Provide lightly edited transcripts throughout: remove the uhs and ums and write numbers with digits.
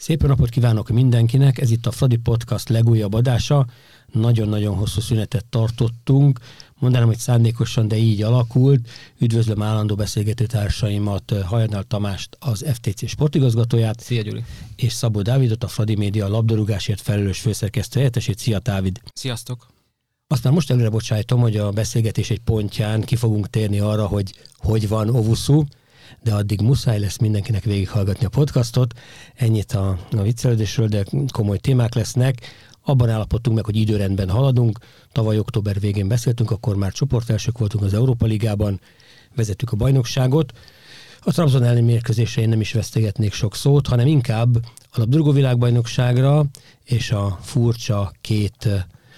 Szép napot kívánok mindenkinek, ez itt a Fradi Podcast legújabb adása. Nagyon-nagyon hosszú szünetet tartottunk, mondanám, hogy szándékosan, de így alakult. Üdvözlöm állandó beszélgetőtársaimat, Hajnal Tamást, az FTC sportigazgatóját. Szia, Gyuri! És Szabó Dávidot, a Fradi Média labdarúgásért felelős főszerkesztő helyettesét. Szia, Dávid! Sziasztok! Azt már most előre bocsájtom, hogy a beszélgetés egy pontján ki fogunk térni arra, hogy van Ovusu, de addig muszáj lesz mindenkinek végighallgatni a podcastot. Ennyit a viccelődésről, de komoly témák lesznek. Abban állapodtunk meg, hogy időrendben haladunk. Tavaly október végén beszéltünk, akkor már csoportelsők voltunk az Európa Ligában, vezettük a bajnokságot. A Trabzon elleni mérkőzésre én nem is vesztegetnék sok szót, hanem inkább a labdarúgó világbajnokságra és a furcsa két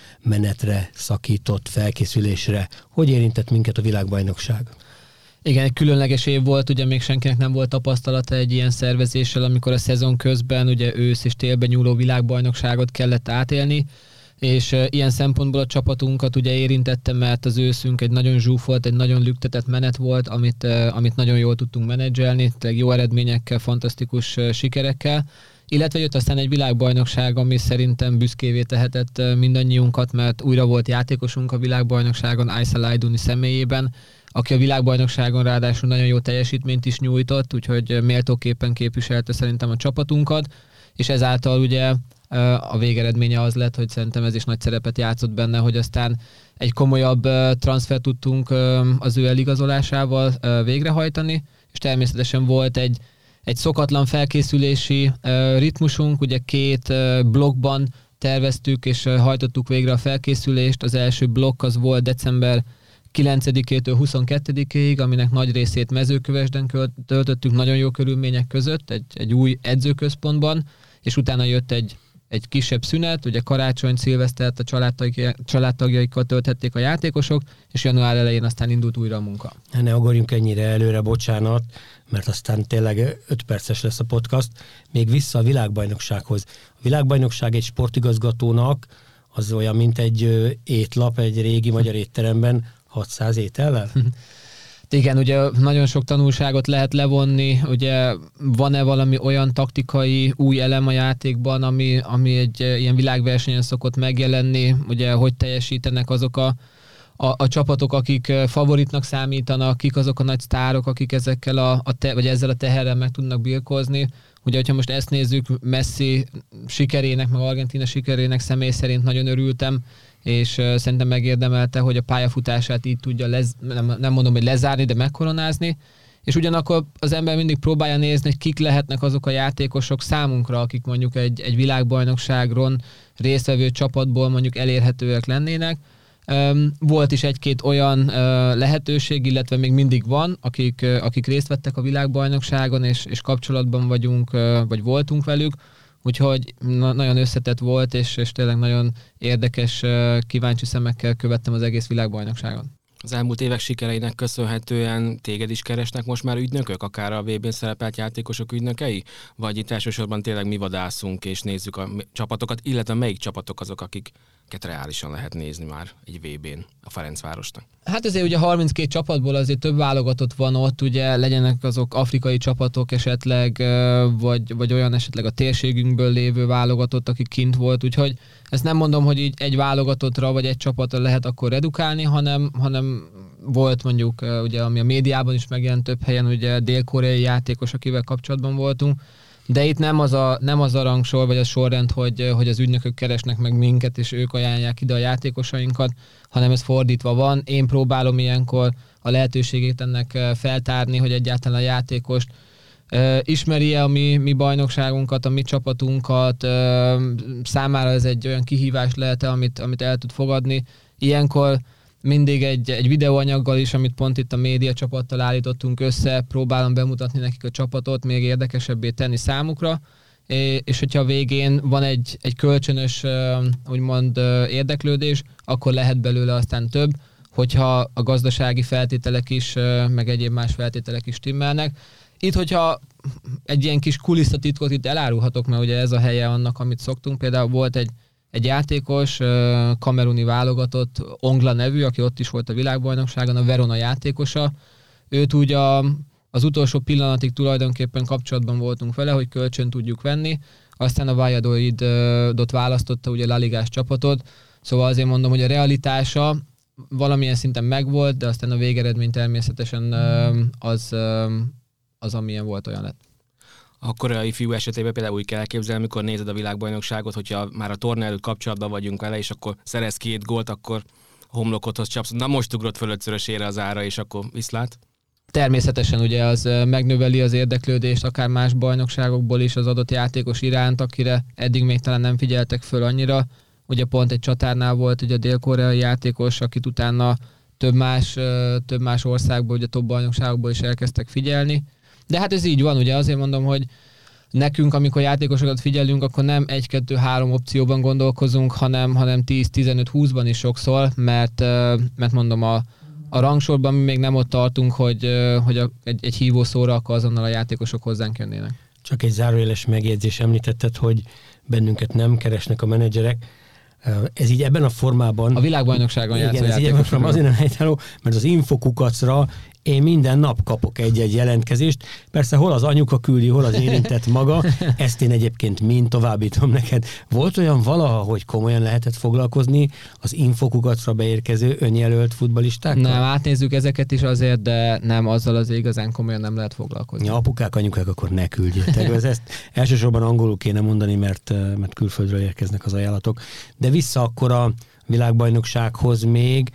menetre szakított felkészülésre. Hogy érintett minket a világbajnokság? Igen, egy különleges év volt, ugye még senkinek nem volt tapasztalata egy ilyen szervezéssel, amikor a szezon közben ugye ősz és télben nyúló világbajnokságot kellett átélni, és ilyen szempontból a csapatunkat ugye érintette, mert az őszünk egy nagyon zsúfolt, egy nagyon lüktetett menet volt, amit nagyon jól tudtunk menedzselni, jó eredményekkel, fantasztikus sikerekkel, illetve jött aztán egy világbajnokság, ami szerintem büszkévé tehetett mindannyiunkat, mert újra volt játékosunk a világbajnokságon, Aysel Ayduni személyében, aki a világbajnokságon ráadásul nagyon jó teljesítményt is nyújtott, úgyhogy méltóképpen képviselte szerintem a csapatunkat, és ezáltal ugye a végeredménye az lett, hogy szerintem ez is nagy szerepet játszott benne, hogy aztán egy komolyabb transfert tudtunk az ő eligazolásával végrehajtani, és természetesen volt egy szokatlan felkészülési ritmusunk, ugye 2 blokkban terveztük és hajtottuk végre a felkészülést. Az első blokk az volt december 9-től 22-ig, aminek nagy részét Mezőkövesden töltöttük nagyon jó körülmények között, egy új edzőközpontban, és utána jött egy kisebb szünet, ugye karácsony, szilvesztert a családtagjaikkal tölthették a játékosok, és január elején aztán indult újra a munka. Ne ugorjunk ennyire előre, bocsánat, mert aztán tényleg 5 perces lesz a podcast. Még vissza a világbajnoksághoz. A világbajnokság egy sportigazgatónak az olyan, mint egy étlap egy régi magyar étteremben 600 étellel? Igen, ugye nagyon sok tanulságot lehet levonni, ugye van-e valami olyan taktikai új elem a játékban, ami egy ilyen világversenyen szokott megjelenni, ugye hogy teljesítenek azok a csapatok, akik favoritnak számítanak, kik azok a nagy sztárok, akik ezekkel vagy ezzel a teherrel meg tudnak birkózni. Ugye, hogyha most ezt nézzük, Messi sikerének, meg Argentína sikerének személy szerint nagyon örültem, és szerintem megérdemelte, hogy a pályafutását így tudja, nem mondom, hogy lezárni, de megkoronázni, és ugyanakkor az ember mindig próbálja nézni, hogy kik lehetnek azok a játékosok számunkra, akik mondjuk egy világbajnokságon résztvevő csapatból mondjuk elérhetőek lennének. Volt is egy-két olyan lehetőség, illetve még mindig van, akik részt vettek a világbajnokságon, és kapcsolatban vagyunk, vagy voltunk velük, úgyhogy nagyon összetett volt, és tényleg nagyon érdekes, kíváncsi szemekkel követtem az egész világbajnokságon. Az elmúlt évek sikereinek köszönhetően téged is keresnek most már ügynökök, akár a VB-n szerepelt játékosok ügynökei? Vagy itt elsősorban tényleg mi vadászunk és nézzük a csapatokat, illetve melyik csapatok azok, akiket reálisan lehet nézni már egy VB-n a Ferencvárosnak? Hát azért ugye 32 csapatból azért több válogatott van ott, ugye legyenek azok afrikai csapatok esetleg, vagy olyan esetleg a térségünkből lévő válogatott, aki kint volt, úgyhogy ezt nem mondom, hogy így egy válogatottra vagy egy csapatra lehet akkor redukálni, hanem volt mondjuk, ugye, ami a médiában is megjelent több helyen, ugye dél-koreai játékos, akivel kapcsolatban voltunk, de itt nem az a rangsor, vagy a sorrend, hogy az ügynökök keresnek meg minket, és ők ajánlják ide a játékosainkat, hanem ez fordítva van. Én próbálom ilyenkor a lehetőségét ennek feltárni, hogy egyáltalán a játékost ismeri-e a mi bajnokságunkat, a mi csapatunkat, számára ez egy olyan kihívás lehet-e, amit el tud fogadni. Ilyenkor mindig egy videóanyaggal is, amit pont itt a média csapattal állítottunk össze, próbálom bemutatni nekik a csapatot, még érdekesebbé tenni számukra, és hogyha a végén van egy kölcsönös, úgymond érdeklődés, akkor lehet belőle aztán több, hogyha a gazdasági feltételek is, meg egyéb más feltételek is stimmelnek. Itt, hogyha egy ilyen kis kulisszatitkot itt elárulhatok, mert ugye ez a helye annak, amit szoktunk, például volt egy játékos, kameruni válogatott, Ongla nevű, aki ott is volt a világbajnokságon, a Verona játékosa. Őt úgy az utolsó pillanatig tulajdonképpen kapcsolatban voltunk vele, hogy kölcsön tudjuk venni. aztán a Valladolidot választotta, ugye a La Ligás csapatot, szóval azért mondom, hogy a realitása valamilyen szinten megvolt, de aztán a végeredmény természetesen az amilyen volt, olyan lett. A koreai fiú esetében például úgy kell elképzelni, amikor nézed a világbajnokságot, hogyha már a torna előtt kapcsolatban vagyunk vele, és akkor szerez 2 gólt, akkor homlokodhoz csapsz. Na most ugrott föl 5-szörösére az ára, és akkor viszlát. Természetesen ugye az megnöveli az érdeklődést akár más bajnokságokból is az adott játékos iránt, akire eddig még talán nem figyeltek föl annyira. Ugye pont egy csatárnál volt ugye a dél-koreai játékos, akit utána több más országból, ugye top bajnokságokból is elkezdtek figyelni. De hát ez így van, ugye azért mondom, hogy nekünk, amikor játékosokat figyelünk, akkor nem 1-2-3 opcióban gondolkozunk, hanem 10-15-20-ban is sokszor, mert mondom, a rangsorban mi még nem ott tartunk, hogy egy hívószóra akkor azonnal a játékosok hozzánk jönnének. Csak egy zárójeles megjegyzés, említetted, hogy bennünket nem keresnek a menedzserek. Ez így ebben a formában... A világbajnokságon játszó játékosok. Igen, ez így ebben a formában azért nem helytálló, mert az infokukacra én minden nap kapok egy-egy jelentkezést. Persze hol az anyuka küldi, hol az érintett maga. Ezt én egyébként mind továbbítom neked. Volt olyan valaha, hogy komolyan lehetett foglalkozni az infokukacra beérkező önjelölt futballistákkal? Nem, átnézzük ezeket is azért, de nem, azzal az igazán komolyan nem lehet foglalkozni. Ja, apukák, anyukák, akkor ne küldjétek. Ezt elsősorban angolul kéne mondani, mert külföldről érkeznek az ajánlatok. De vissza akkor a világbajnoksághoz még,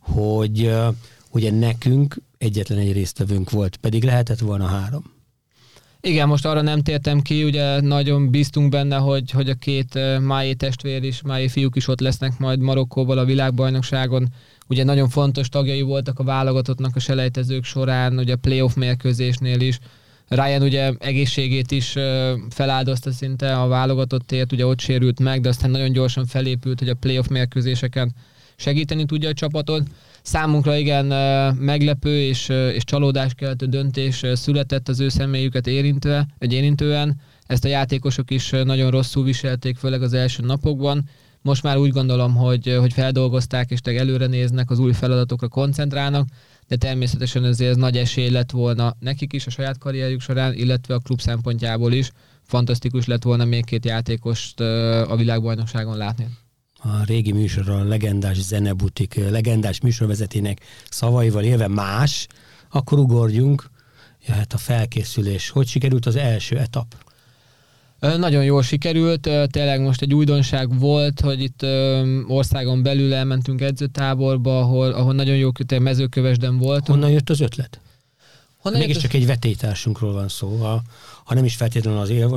hogy ugye nekünk egyetlen egy résztvevőnk volt, pedig lehetett volna 3. Igen, most arra nem tértem ki, ugye nagyon bíztunk benne, hogy a 2 Májé testvér is, Májé fiúk is ott lesznek majd Marokkóval a világbajnokságon. Ugye nagyon fontos tagjai voltak a válogatottnak a selejtezők során, ugye a playoff mérkőzésnél is. Ryan ugye egészségét is feláldozta szinte a válogatottért, ugye ott sérült meg, de aztán nagyon gyorsan felépült, hogy a playoff mérkőzéseken segíteni tudja a csapatot. Számunkra igen meglepő és csalódáskeltő döntés született az ő személyüket érintően. Ezt a játékosok is nagyon rosszul viselték, főleg az első napokban. Most már úgy gondolom, hogy feldolgozták és előre néznek, az új feladatokra koncentrálnak, de természetesen ez nagy esély lett volna nekik is a saját karrierjük során, illetve a klub szempontjából is. Fantasztikus lett volna még 2 játékost a világbajnokságon látni. A régi műsor, a legendás Zenebutik, legendás műsorvezetének szavaival élve más, akkor ugorjunk, jöhet a felkészülés. Hogy sikerült az első etap? Nagyon jól sikerült, tényleg most egy újdonság volt, hogy itt országon belül elmentünk edzőtáborba, ahol nagyon jó Mezőkövesden voltunk. Honnan jött az ötlet? Mégiscsak egy vetélytársunkról van szó, ha nem is feltétlenül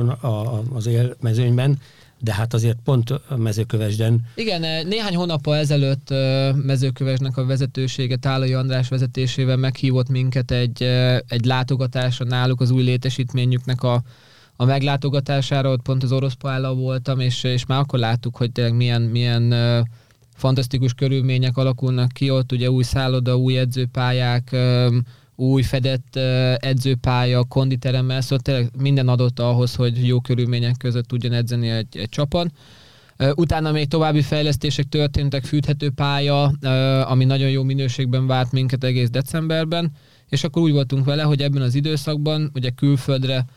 az élmezőnyben, de hát azért pont Mezőkövesden. Igen, néhány hónappal ezelőtt Mezőkövesdnek a vezetősége Tálai András vezetésével meghívott minket egy látogatásra náluk az új létesítményüknek a meglátogatására, ott pont az orosz pályállal voltam, és már akkor láttuk, hogy tényleg milyen fantasztikus körülmények alakulnak ki ott, ugye új szálloda, új edzőpályák, új fedett edzőpálya, konditeremmel, szóval tényleg minden adott ahhoz, hogy jó körülmények között tudjon edzeni egy csapat. Utána még további fejlesztések történtek, fűthető pálya, ami nagyon jó minőségben várt minket egész decemberben, és akkor úgy voltunk vele, hogy ebben az időszakban ugye külföldre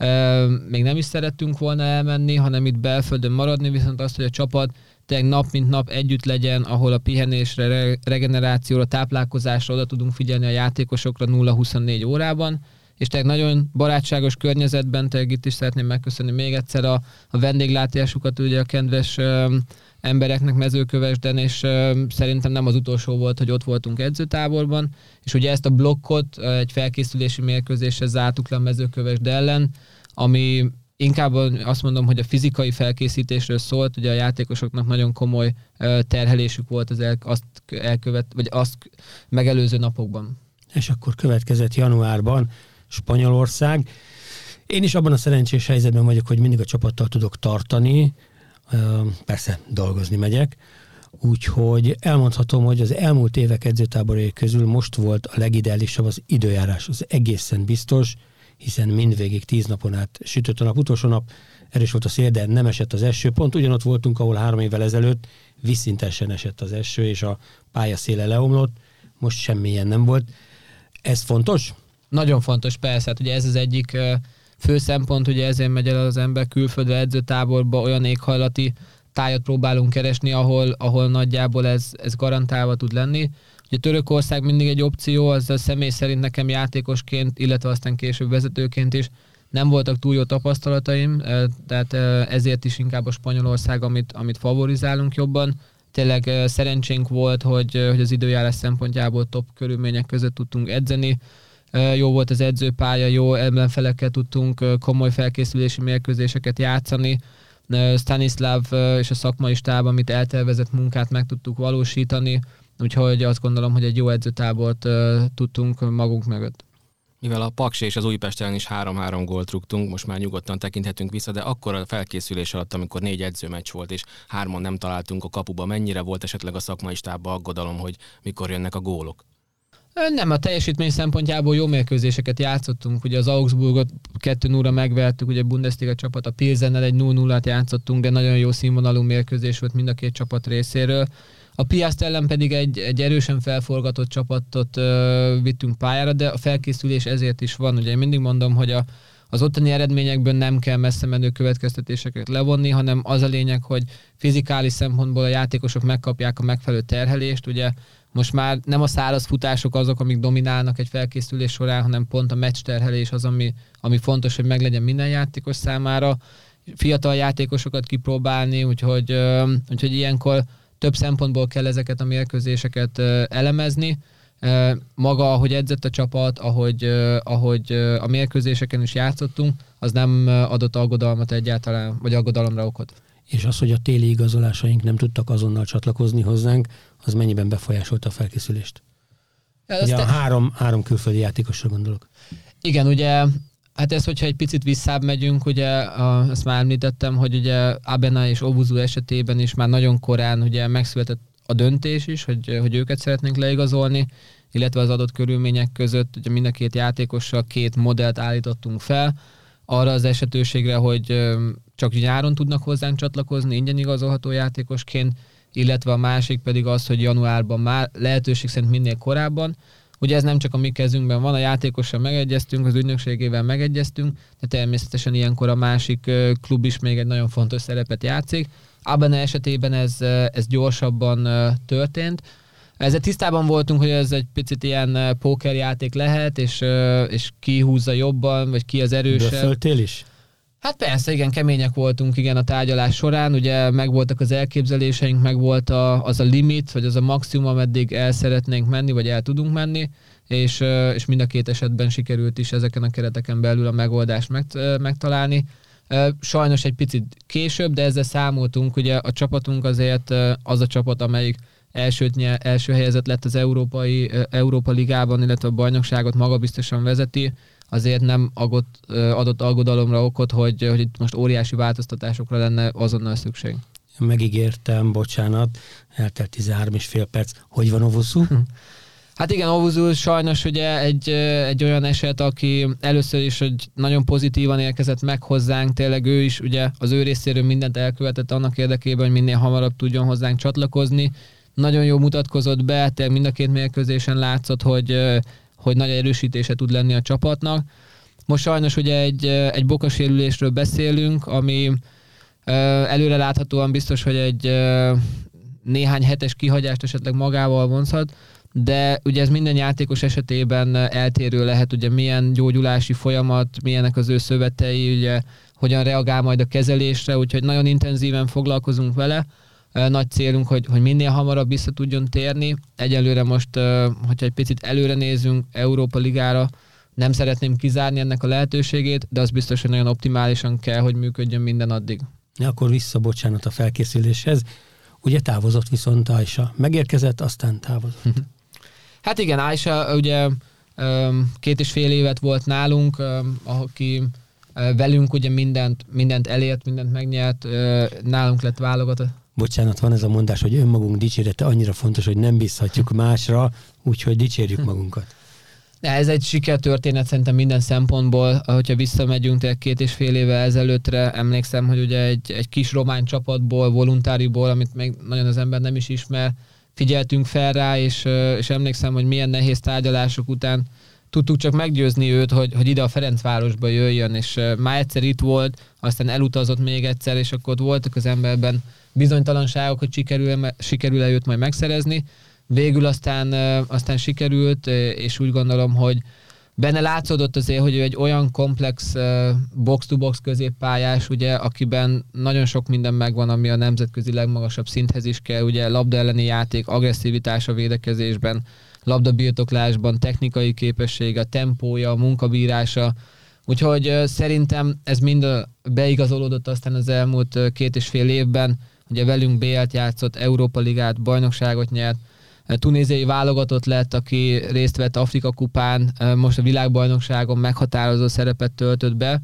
még nem is szerettünk volna elmenni, hanem itt belföldön maradni, viszont azt, hogy a csapat tényleg nap mint nap együtt legyen, ahol a pihenésre, regenerációra, táplálkozásra oda tudunk figyelni a játékosokra 0-24 órában, és tényleg nagyon barátságos környezetben, tényleg itt is szeretném megköszönni még egyszer a vendéglátásukat ugye a kedves embereknek Mezőkövesden, és szerintem nem az utolsó volt, hogy ott voltunk edzőtáborban, és ugye ezt a blokkot egy felkészülési mérkőzésre zártuk le a Mezőkövesd ellen, ami inkább azt mondom, hogy a fizikai felkészítésről szólt, ugye a játékosoknak nagyon komoly terhelésük volt azt megelőző napokban. És akkor következett januárban Spanyolország. Én is abban a szerencsés helyzetben vagyok, hogy mindig a csapattal tudok tartani, persze dolgozni megyek, úgyhogy elmondhatom, hogy az elmúlt évek edzőtáborai közül most volt a legideálisabb az időjárás, az egészen biztos, hiszen mindvégig 10 napon át sütött a nap, utolsó nap erős volt a szél, de nem esett az eső. Pont ugyanott voltunk, ahol 3 évvel ezelőtt vízszintesen esett az eső, és a pályaszéle leomlott, most semmilyen nem volt. Ez fontos? Nagyon fontos, persze, hát ugye ez az egyik fő szempont, ugye ezért megy el az ember külföldre edzőtáborba, olyan éghajlati tájat próbálunk keresni, ahol nagyjából ez garantálva tud lenni. Ugye Törökország mindig egy opció, az a személy szerint nekem játékosként, illetve aztán később vezetőként is nem voltak túl jó tapasztalataim, tehát ezért is inkább a Spanyolország, amit favorizálunk jobban. Tényleg szerencsénk volt, hogy az időjárás szempontjából top körülmények között tudtunk edzeni. Jó volt az edzőpálya, jó ellenfelekkel tudtunk komoly felkészülési mérkőzéseket játszani. Stanislav és a szakmai stáb, amit eltervezett munkát meg tudtuk valósítani, úgyhogy azt gondolom, hogy egy jó edzőtábort tudtunk magunk mögött. Mivel a Paks és az Újpest ellen is 3-3 gólt rúgtunk, most már nyugodtan tekinthetünk vissza, de akkor a felkészülés alatt, amikor 4 edzőmeccs volt, és 3-an nem találtunk a kapuba, mennyire volt esetleg a szakmai stábban aggodalom, hogy mikor jönnek a gólok? Nem, a teljesítmény szempontjából jó mérkőzéseket játszottunk, ugye az Augsburgot 2-0-ra megvertük, ugye Bundesliga csapat, a Pilsennel egy 0-0-at játszottunk, de nagyon jó színvonalú mérkőzés volt mind a két csapat részéről. A Piast ellen pedig egy erősen felforgatott csapatot vittünk pályára, de a felkészülés ezért is van. Ugye én mindig mondom, hogy az ottani eredményekből nem kell messze menő következtetéseket levonni, hanem az a lényeg, hogy fizikális szempontból a játékosok megkapják a megfelelő terhelést. Ugye most már nem a száraz futások azok, amik dominálnak egy felkészülés során, hanem pont a meccs terhelés az, ami fontos, hogy meglegyen minden játékos számára. Fiatal játékosokat kipróbálni, úgyhogy ilyenkor több szempontból kell ezeket a mérkőzéseket elemezni. Maga, ahogy edzett a csapat, ahogy a mérkőzéseken is játszottunk, az nem adott aggodalmat egyáltalán, vagy aggodalomra okot. És az, hogy a téli igazolásaink nem tudtak azonnal csatlakozni hozzánk, az mennyiben befolyásolta a felkészülést? Ugye a három külföldi játékosra gondolok. Igen, ugye, hát ez, hogyha egy picit visszább megyünk, ugye, azt már említettem, hogy ugye Abena és Owusu esetében is már nagyon korán ugye megszületett a döntés is, hogy őket szeretnénk leigazolni, illetve az adott körülmények között ugye mind a két játékossal 2 modellt állítottunk fel, arra az esetőségre, hogy csak nyáron tudnak hozzánk csatlakozni, ingyen igazolható játékosként, illetve a másik pedig az, hogy januárban már lehetőség szerint minél korábban. Ugye ez nem csak a mi kezünkben van, a játékossal megegyeztünk, az ügynökségével megegyeztünk, de természetesen ilyenkor a másik klub is még egy nagyon fontos szerepet játszik. Abban esetében ez gyorsabban történt. Ezzel tisztában voltunk, hogy ez egy picit ilyen pókerjáték lehet, és ki húzza jobban, vagy ki az erősebb. Döföltél is? Hát persze, igen, kemények voltunk a tárgyalás során, ugye megvoltak az elképzeléseink, megvolt az a limit, vagy az a maximum, ameddig el szeretnénk menni, vagy el tudunk menni, és mind a két esetben sikerült is ezeken a kereteken belül a megoldást megtalálni. Sajnos egy picit később, de ezzel számoltunk, ugye a csapatunk azért az a csapat, amelyik első helyezett lett az Európa Ligában, illetve a bajnokságot magabiztosan vezeti, azért nem adott aggodalomra okot, hogy itt most óriási változtatásokra lenne azonnal szükség. Megígértem, bocsánat, eltelt 13,5 perc. Hogy van Owusu? Hát igen, Owusu sajnos ugye egy olyan eset, aki először is hogy nagyon pozitívan érkezett meg hozzánk, tényleg ő is ugye az ő részéről mindent elkövetett annak érdekében, hogy minél hamarabb tudjon hozzánk csatlakozni. Nagyon jól mutatkozott be, tényleg mind a két mérkőzésen látszott, hogy nagy erősítése tud lenni a csapatnak. Most sajnos ugye egy bokasérülésről beszélünk, ami előre láthatóan biztos, hogy egy néhány hetes kihagyást esetleg magával vonzhat, de ugye ez minden játékos esetében eltérő lehet, ugye milyen gyógyulási folyamat, milyenek az ő szövetei, ugye hogyan reagál majd a kezelésre, úgyhogy nagyon intenzíven foglalkozunk vele. Nagy célunk, hogy minél hamarabb vissza tudjon térni. Egyelőre most, hogyha egy picit előre nézünk Európa Ligára, nem szeretném kizárni ennek a lehetőségét, de az biztos, hogy nagyon optimálisan kell, hogy működjön minden addig. Akkor vissza, bocsánat, a felkészüléshez. Ugye távozott viszont Aisha. Megérkezett, aztán távozott. Hát igen, Aisha ugye 2,5 évet volt nálunk, aki velünk ugye mindent elért, mindent megnyert, nálunk lett válogatott. Bocsánat, van ez a mondás, hogy önmagunk dicsérete annyira fontos, hogy nem bízhatjuk másra, úgyhogy dicsérjük magunkat. Ez egy sikertörténet szerintem minden szempontból, hogyha visszamegyünk 2,5 évvel ezelőttre, emlékszem, hogy ugye egy kis román csapatból, voluntáriból, amit még nagyon az ember nem is ismer, figyeltünk fel rá, és emlékszem, hogy milyen nehéz tárgyalások után tudtuk csak meggyőzni őt, hogy ide a Ferencvárosba jöjjön, és már egyszer itt volt, aztán elutazott még egyszer, és akkor ott voltak az emberben bizonytalanságok, hogy sikerül-e őt majd megszerezni. Végül aztán sikerült, és úgy gondolom, hogy benne látszódott azért, hogy ő egy olyan komplex box-to-box középpályás, ugye, akiben nagyon sok minden megvan, ami a nemzetközi legmagasabb szinthez is kell, ugye labda elleni játék, agresszivitás a védekezésben, labdabirtoklásban, technikai képessége, a tempója, a munkabírása. Úgyhogy szerintem ez mind beigazolódott aztán az elmúlt 2,5 évben. Ugye velünk BL-t játszott, Európa Ligát, bajnokságot nyert, tunéziai válogatott lett, aki részt vett Afrika kupán, most a világbajnokságon meghatározó szerepet töltött be.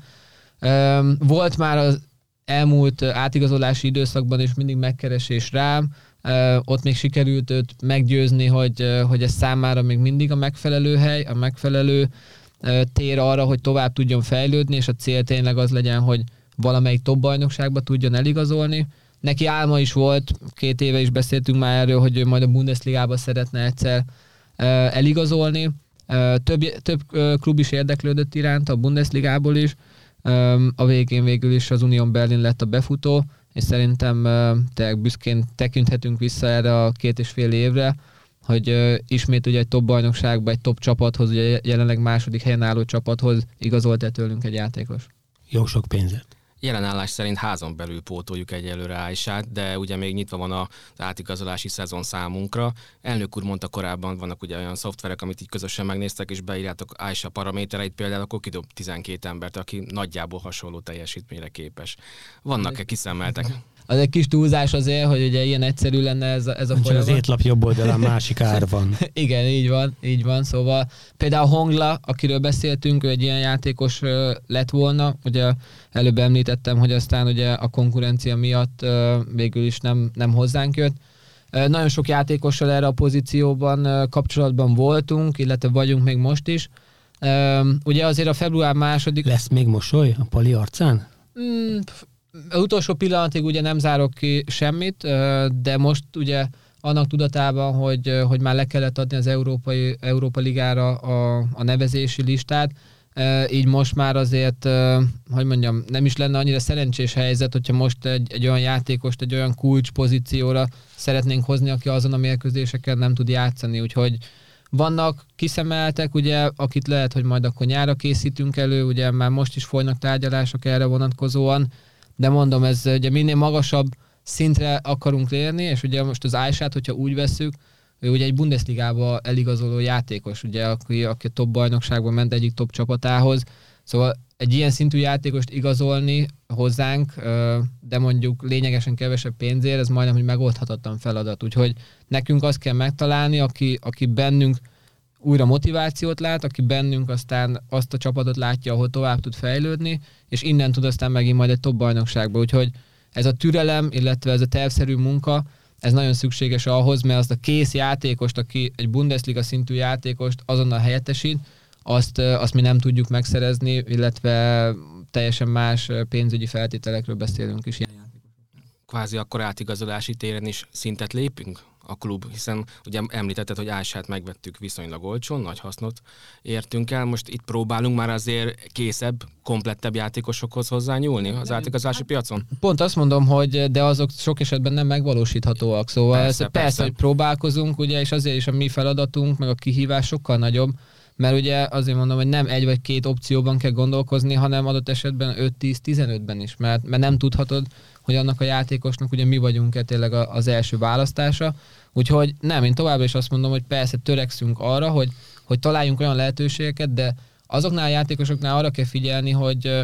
Volt már az elmúlt átigazolási időszakban is mindig megkeresés rám, ott még sikerült őt meggyőzni, hogy ez számára még mindig a megfelelő hely, a megfelelő tér arra, hogy tovább tudjon fejlődni, és a cél tényleg az legyen, hogy valamelyik top bajnokságba tudjon eligazolni. Neki álma is volt, 2 éve is beszéltünk már erről, hogy ő majd a Bundesligába szeretne egyszer eligazolni. Több klub is érdeklődött iránt, a Bundesligából is. A végül is az Union Berlin lett a befutó, és szerintem tényleg büszkén tekinthetünk vissza erre a 2,5 évre, hogy ismét ugye egy top bajnokságba, egy top csapathoz, ugye jelenleg második helyen álló csapathoz igazolt tőlünk egy játékos. Jó sok pénzért. Jelen állás szerint házon belül pótoljuk egyelőre Aishát, de ugye még nyitva van az átigazolási szezon számunkra. Elnök úr mondta korábban, vannak ugye olyan szoftverek, amit így közösen megnéztek, és beírjátok Aisha paramétereit, például akkor kidob 12 embert, aki nagyjából hasonló teljesítményre képes. Vannak-e, kiszemeltek? Az egy kis túlzás azért, hogy ugye ilyen egyszerű lenne ez a folyamat. Az étlap jobb oldalán másik ár van. Igen, így van. Szóval például Hongla, akiről beszéltünk, ő egy ilyen játékos lett volna. Ugye előbb említettem, hogy aztán ugye a konkurencia miatt végül is nem hozzánk jött. Nagyon sok játékossal erre a pozícióban kapcsolatban voltunk, illetve vagyunk még most is. Ugye azért a február 2. Lesz még mosoly a Pali arcán? Az utolsó pillanatig ugye nem zárok ki semmit, de most ugye annak tudatában, hogy már le kellett adni az Európa Ligára a nevezési listát, így most már azért, hogy mondjam, nem is lenne annyira szerencsés helyzet, hogyha most egy olyan játékost, egy olyan kulcs pozícióra szeretnénk hozni, aki azon a mérkőzéseken nem tud játszani, úgyhogy vannak kiszemeltek, ugye, akit lehet, hogy majd akkor nyára készítünk elő, ugye már most is folynak tárgyalások erre vonatkozóan, de mondom, ez ugye minél magasabb szintre akarunk érni, és ugye most az Aishát, hogyha úgy vesszük, ő ugye egy Bundesligába eligazoló játékos, ugye, aki a top bajnokságban ment egyik top csapatához, szóval egy ilyen szintű játékost igazolni hozzánk, de mondjuk lényegesen kevesebb pénzért, ez majdnem, hogy megoldhatatlan feladat, úgyhogy nekünk azt kell megtalálni, aki bennünk újra motivációt lát, aki bennünk aztán azt a csapatot látja, ahol tovább tud fejlődni, és innen tud aztán megint majd egy top bajnokságba. Úgyhogy ez a türelem, illetve ez a tervszerű munka, ez nagyon szükséges ahhoz, mert azt a kész játékost, aki egy Bundesliga szintű játékost azonnal helyettesít, azt mi nem tudjuk megszerezni, illetve teljesen más pénzügyi feltételekről beszélünk is. Kvázi akkor átigazolási téren is szintet lépünk a klub, hiszen ugye említetted, hogy Aishát megvettük viszonylag olcsón, nagy hasznot értünk el, most itt próbálunk már azért készebb, komplettebb játékosokhoz hozzányúlni az átigazolási piacon? Pont azt mondom, hogy de azok sok esetben nem megvalósíthatóak, szóval persze, hogy próbálkozunk, ugye, és azért is a mi feladatunk, meg a kihívás sokkal nagyobb, mert ugye azért mondom, hogy nem 1 vagy 2 opcióban kell gondolkozni, hanem adott esetben 5-10-15-ben is, mert nem tudhatod, hogy annak a játékosnak ugye mi vagyunk tényleg az első választása. Úgyhogy nem, én továbbra is azt mondom, hogy persze törekszünk arra, hogy találjunk olyan lehetőségeket, de azoknál a játékosoknál arra kell figyelni, hogy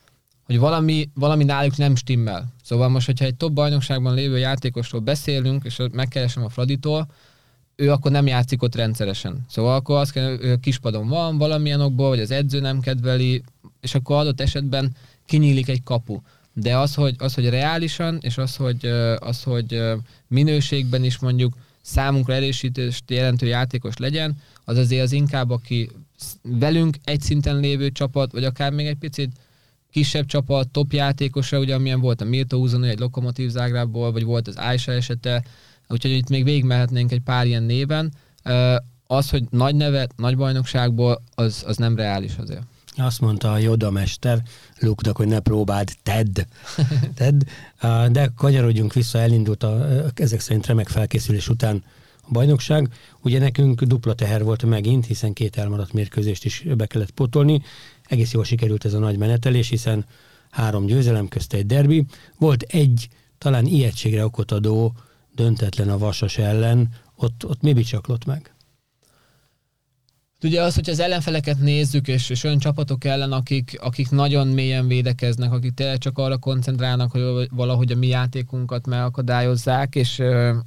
valami náluk nem stimmel. Szóval most, hogyha egy top bajnokságban lévő játékosról beszélünk, és megkeresem a Fraditól, ő akkor nem játszik ott rendszeresen. Szóval akkor azt kell, hogy kispadon van valamilyen okból, vagy az edző nem kedveli, és akkor adott esetben kinyílik egy kapu. De az, hogy reálisan, és az, hogy minőségben is mondjuk számunkra erősítést jelentő játékos legyen, az azért az inkább, aki velünk egy szinten lévő csapat, vagy akár még egy picit kisebb csapat, top játékosa, ugye amilyen volt a Mirto Uzonő egy Lokomotív Zágrábból, vagy volt az Aisha esete, úgyhogy itt még végigmehetnénk egy pár ilyen néven. az, hogy nagy nevet, nagy bajnokságból, az nem reális azért. Azt mondta a Yoda mester Luke-nak, hogy ne próbáld, tedd. De kanyarodjunk vissza, elindult ezek szerint remek felkészülés után a bajnokság. Ugye nekünk dupla teher volt megint, hiszen 2 elmaradt mérkőzést is be kellett pótolni. Egész jól sikerült ez a nagy menetelés, hiszen 3 győzelem közt egy derbi. Volt egy talán ijegységre okot adó döntetlen a Vasas ellen, ott mi bicsaklott meg? Ugye az, hogy az ellenfeleket nézzük, és olyan csapatok ellen, akik nagyon mélyen védekeznek, akik tényleg csak arra koncentrálnak, hogy valahogy a mi játékunkat megakadályozzák, és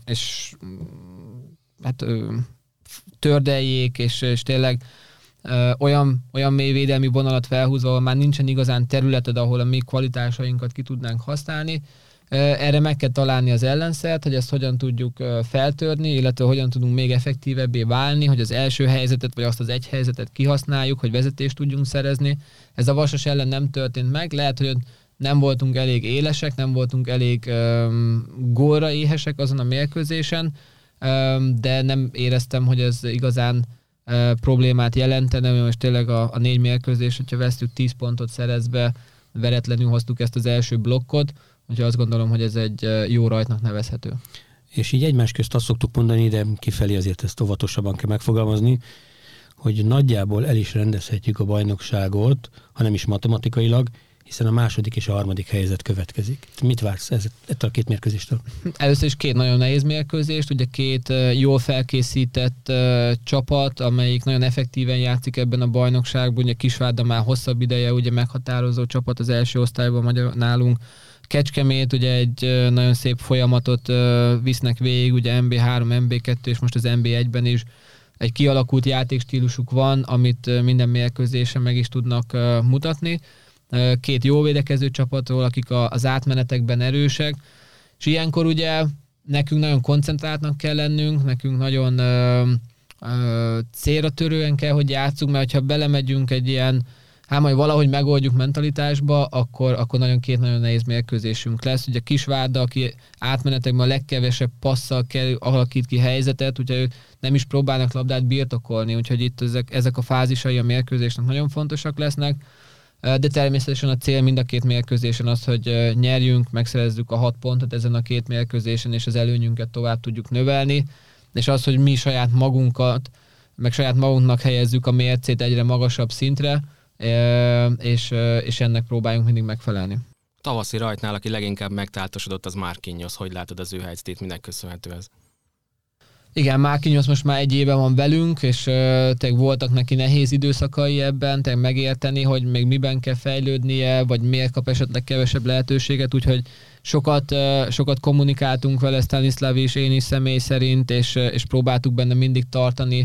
tördeljék, és tényleg olyan mély védelmi vonalat felhúzva, ahol már nincsen igazán területed, ahol a mi kvalitásainkat ki tudnánk használni. Erre meg kell találni az ellenszert, hogy ezt hogyan tudjuk feltörni, illetve hogyan tudunk még effektívebbé válni, hogy az első helyzetet, vagy azt az egy helyzetet kihasználjuk, hogy vezetést tudjunk szerezni. Ez a Vasas ellen nem történt meg, lehet, hogy nem voltunk elég élesek, nem voltunk elég gólra éhesek azon a mérkőzésen, de nem éreztem, hogy ez igazán problémát jelentene, most tényleg a 4 mérkőzés, hogyha vesztük 10 pontot szerezve, veretlenül hoztuk ezt az első blokkot, úgyhogy azt gondolom, hogy ez egy jó rajtnak nevezhető. És így egymás közt azt szoktuk mondani, de kifelé azért ezt óvatosabban kell megfogalmazni, hogy nagyjából el is rendezhetjük a bajnokságot, ha nem is matematikailag, hiszen a második és a harmadik helyzet következik. Mit vársz ettől a 2 mérkőzéstől? Először is 2 nagyon nehéz mérkőzést, ugye 2 jól felkészített csapat, amelyik nagyon effektíven játszik ebben a bajnokságban, ugye Kisvárda már hosszabb ideje ugye meghatározó csapat az első osztályban nálunk, Kecskemét ugye egy nagyon szép folyamatot visznek végig, ugye MB3, MB2 és most az MB1-ben is egy kialakult játékstílusuk van, amit minden mérkőzésen meg is tudnak mutatni. 2 jó védekező csapatról, akik az átmenetekben erősek, és ilyenkor ugye nekünk nagyon koncentráltnak kell lennünk, nekünk nagyon célra törően kell, hogy játszunk, mert ha belemegyünk egy ilyen majd valahogy megoldjuk mentalitásba, akkor nagyon 2 nagyon nehéz mérkőzésünk lesz. Ugye Kisvárda, aki átmenetekben a legkevesebb passzal alakít ki helyzetet, úgyhogy ők nem is próbálnak labdát birtokolni, úgyhogy itt ezek a fázisai a mérkőzésnek nagyon fontosak lesznek, de természetesen a cél mind a 2 mérkőzésen az, hogy nyerjünk, megszerezzük a 6 pontot ezen a 2 mérkőzésen, és az előnyünket tovább tudjuk növelni, és az, hogy mi saját magunkat, meg saját magunknak helyezzük a mércét egyre magasabb szintre, és ennek próbáljunk mindig megfelelni. Tavaszi rajtnál, aki leginkább megtáltosodott, az Marquinhos. Hogy látod az ő helyzetét, minek köszönhető ez? Igen, Marquinhos most már 1 éve van velünk, és tényleg voltak neki nehéz időszakai ebben, tényleg megérteni, hogy még miben kell fejlődnie, vagy miért kap esetleg kevesebb lehetőséget, úgyhogy sokat kommunikáltunk vele, Stanislav és én is személy szerint, és próbáltuk benne mindig tartani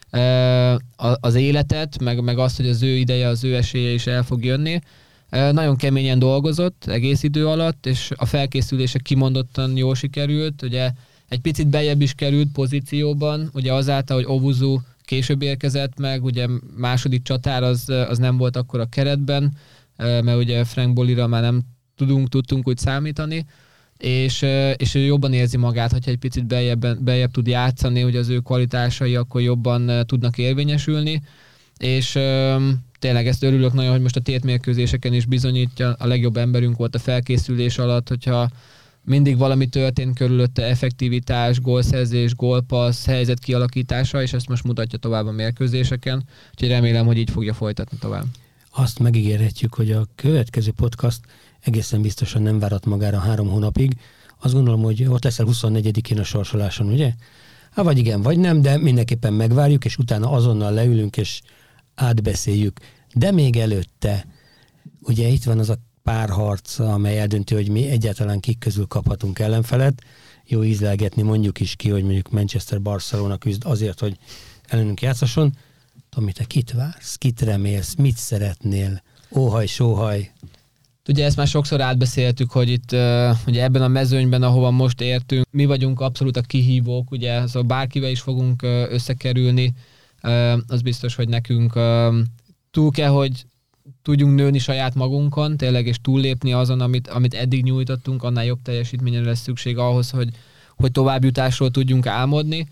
az életet, meg azt, hogy az ő ideje, az ő esélye is el fog jönni. Nagyon keményen dolgozott egész idő alatt, és a felkészülése kimondottan jól sikerült. Ugye egy picit beljebb is került pozícióban, ugye azáltal, hogy Owusu később érkezett meg, ugye második csatár az nem volt akkor a keretben, mert ugye Frank Bolira már nem tudtunk úgy számítani, és ő jobban érzi magát, hogyha egy picit beljebb tud játszani, hogy az ő kvalitásai akkor jobban tudnak érvényesülni, és tényleg ezt örülök nagyon, hogy most a tétmérkőzéseken is bizonyítja, a legjobb emberünk volt a felkészülés alatt, hogyha mindig valami történt körülötte, effektivitás, gólszerzés, gólpassz, helyzet kialakítása, és ezt most mutatja tovább a mérkőzéseken, úgyhogy remélem, hogy így fogja folytatni tovább. Azt megígérhetjük, hogy a következő podcast egészen biztosan nem várat magára 3 hónapig. Azt gondolom, hogy ott leszel 24-én a sorsoláson, ugye? Vagy igen, vagy nem, de mindenképpen megvárjuk, és utána azonnal leülünk, és átbeszéljük. De még előtte, ugye itt van az a párharc, amely eldönti, hogy mi egyáltalán kik közül kaphatunk ellenfelet. Jó ízlelgetni, mondjuk is ki, hogy mondjuk Manchester-Barcelona küzd azért, hogy ellenünk játszasson. Tomi, te kit vársz? Kit remélsz? Mit szeretnél? Óhaj, sóhaj. Ugye ezt már sokszor átbeszéltük, hogy itt ugye ebben a mezőnyben, ahova most értünk, mi vagyunk abszolút a kihívók, ugye szóval bárkivel is fogunk összekerülni, az biztos, hogy nekünk túl kell, hogy tudjunk nőni saját magunkon, tényleg, és túllépni azon, amit eddig nyújtottunk, annál jobb teljesítményre lesz szükség ahhoz, hogy továbbjutásról tudjunk álmodni.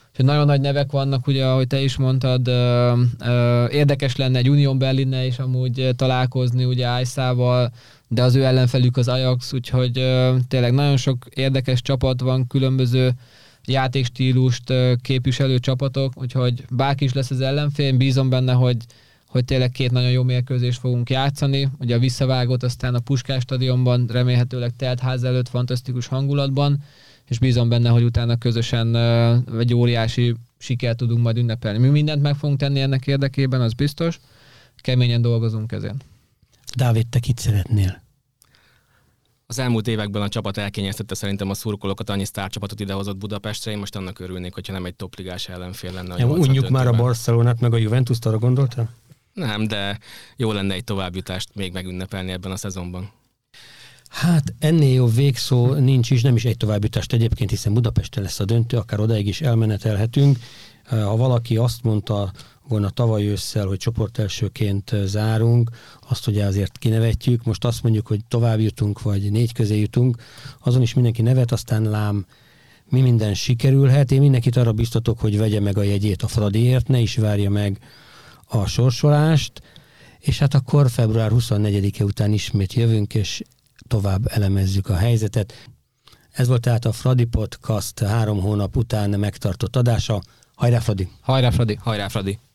Nagyon nagy nevek vannak, ugye, ahogy te is mondtad, érdekes lenne egy Union Berlinnel is amúgy találkozni, ugye Ájszával, de az ő ellenfelük az Ajax, úgyhogy tényleg nagyon sok érdekes csapat van, különböző játékstílust képviselő csapatok, úgyhogy bárki is lesz az ellenfél, én bízom benne, hogy tényleg 2 nagyon jó mérkőzést fogunk játszani. Ugye a visszavágót aztán a Puskás stadionban, remélhetőleg telt ház előtt, fantasztikus hangulatban, és bízom benne, hogy utána közösen egy óriási sikert tudunk majd ünnepelni. Mi mindent meg fogunk tenni ennek érdekében, az biztos. Keményen dolgozunk ezen. Dávid, te kit szeretnél? Az elmúlt években a csapat elkényeztette szerintem a szurkolókat, annyi sztárcsapatot idehozott Budapestre, én most annak örülnék, hogyha nem egy topligás ellenfél lenne. Unjuk már a Barcelonát, meg a Juventust, arra gondoltál? Nem, de jó lenne egy továbbjutást még megünnepelni ebben a szezonban. Hát ennél jobb végszó nincs is, nem is egy továbbjutást egyébként, hiszen Budapesten lesz a döntő, akár odaig is elmenetelhetünk. Ha valaki azt mondta volna tavaly ősszel, hogy csoportelsőként zárunk, azt ugye azért kinevetjük, most azt mondjuk, hogy tovább jutunk, vagy 4 közé jutunk, azon is mindenki nevet, aztán lám mi minden sikerülhet. Én mindenkit arra biztatok, hogy vegye meg a jegyét a Fradiért, ne is várja meg a sorsolást, és hát akkor február 24-e után ismét jövünk, és tovább elemezzük a helyzetet. Ez volt tehát a Fradi Podcast 3 hónap után megtartott adása. Hajrá, Fradi! Hajrá, Fradi! Hajrá, Fradi!